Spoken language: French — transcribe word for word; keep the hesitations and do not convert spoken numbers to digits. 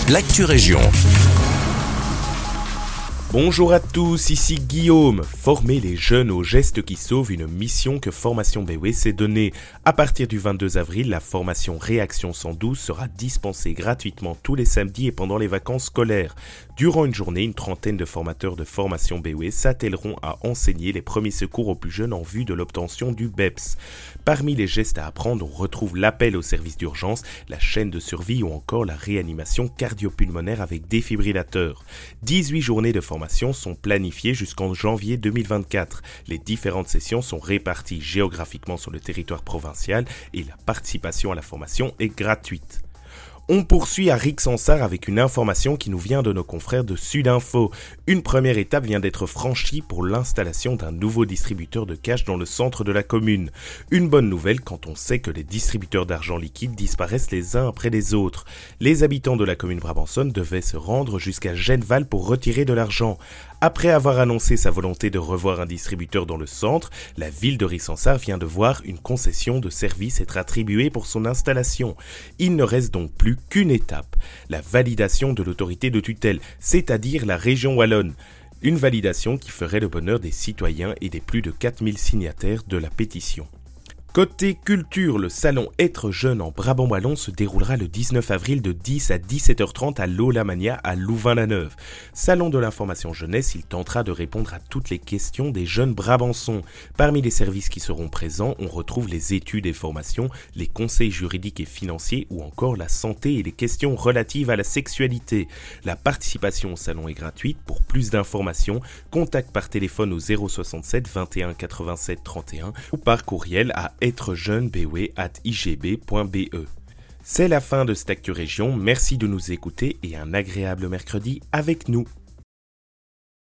l'actu région. Bonjour à tous, ici Guillaume. Former les jeunes aux gestes qui sauvent, une mission que Formation B W s'est donnée. À partir du vingt-deux avril, la formation Réaction cent douze sera dispensée gratuitement tous les samedis et pendant les vacances scolaires. Durant une journée, une trentaine de formateurs de Formation B W s'attelleront à enseigner les premiers secours aux plus jeunes en vue de l'obtention du B E P S. Parmi les gestes à apprendre, on retrouve l'appel au service d'urgence, la chaîne de survie ou encore la réanimation cardio-pulmonaire avec défibrillateur. dix-huit journées de formation sont planifiées jusqu'en janvier deux mille vingt-quatre. Les différentes sessions sont réparties géographiquement sur le territoire provincial et la participation à la formation est gratuite. On poursuit à Rixensart avec une information qui nous vient de nos confrères de Sudinfo. Une première étape vient d'être franchie pour l'installation d'un nouveau distributeur de cash dans le centre de la commune. Une bonne nouvelle quand on sait que les distributeurs d'argent liquide disparaissent les uns après les autres. Les habitants de la commune brabançonne devaient se rendre jusqu'à Genneval pour retirer de l'argent. Après avoir annoncé sa volonté de revoir un distributeur dans le centre, la ville de Rixensart vient de voir une concession de service être attribuée pour son installation. Il ne reste donc plus qu'une étape, la validation de l'autorité de tutelle, c'est-à-dire la région wallonne. Une validation qui ferait le bonheur des citoyens et des plus de quatre mille signataires de la pétition. Côté culture, le salon Être jeune en Brabant wallon se déroulera le dix-neuf avril de dix à dix-sept heures trente à l'Olamania à Louvain-la-Neuve. Salon de l'information jeunesse, il tentera de répondre à toutes les questions des jeunes brabançons. Parmi les services qui seront présents, on retrouve les études et formations, les conseils juridiques et financiers ou encore la santé et les questions relatives à la sexualité. La participation au salon est gratuite. Pour plus d'informations, contact par téléphone au zéro soixante-sept vingt et un quatre-vingt-sept trente et un ou par courriel à êtrejeuneBW arobase i g b point b e. C'est la fin de cette Actu Région, merci de nous écouter et un agréable mercredi avec nous.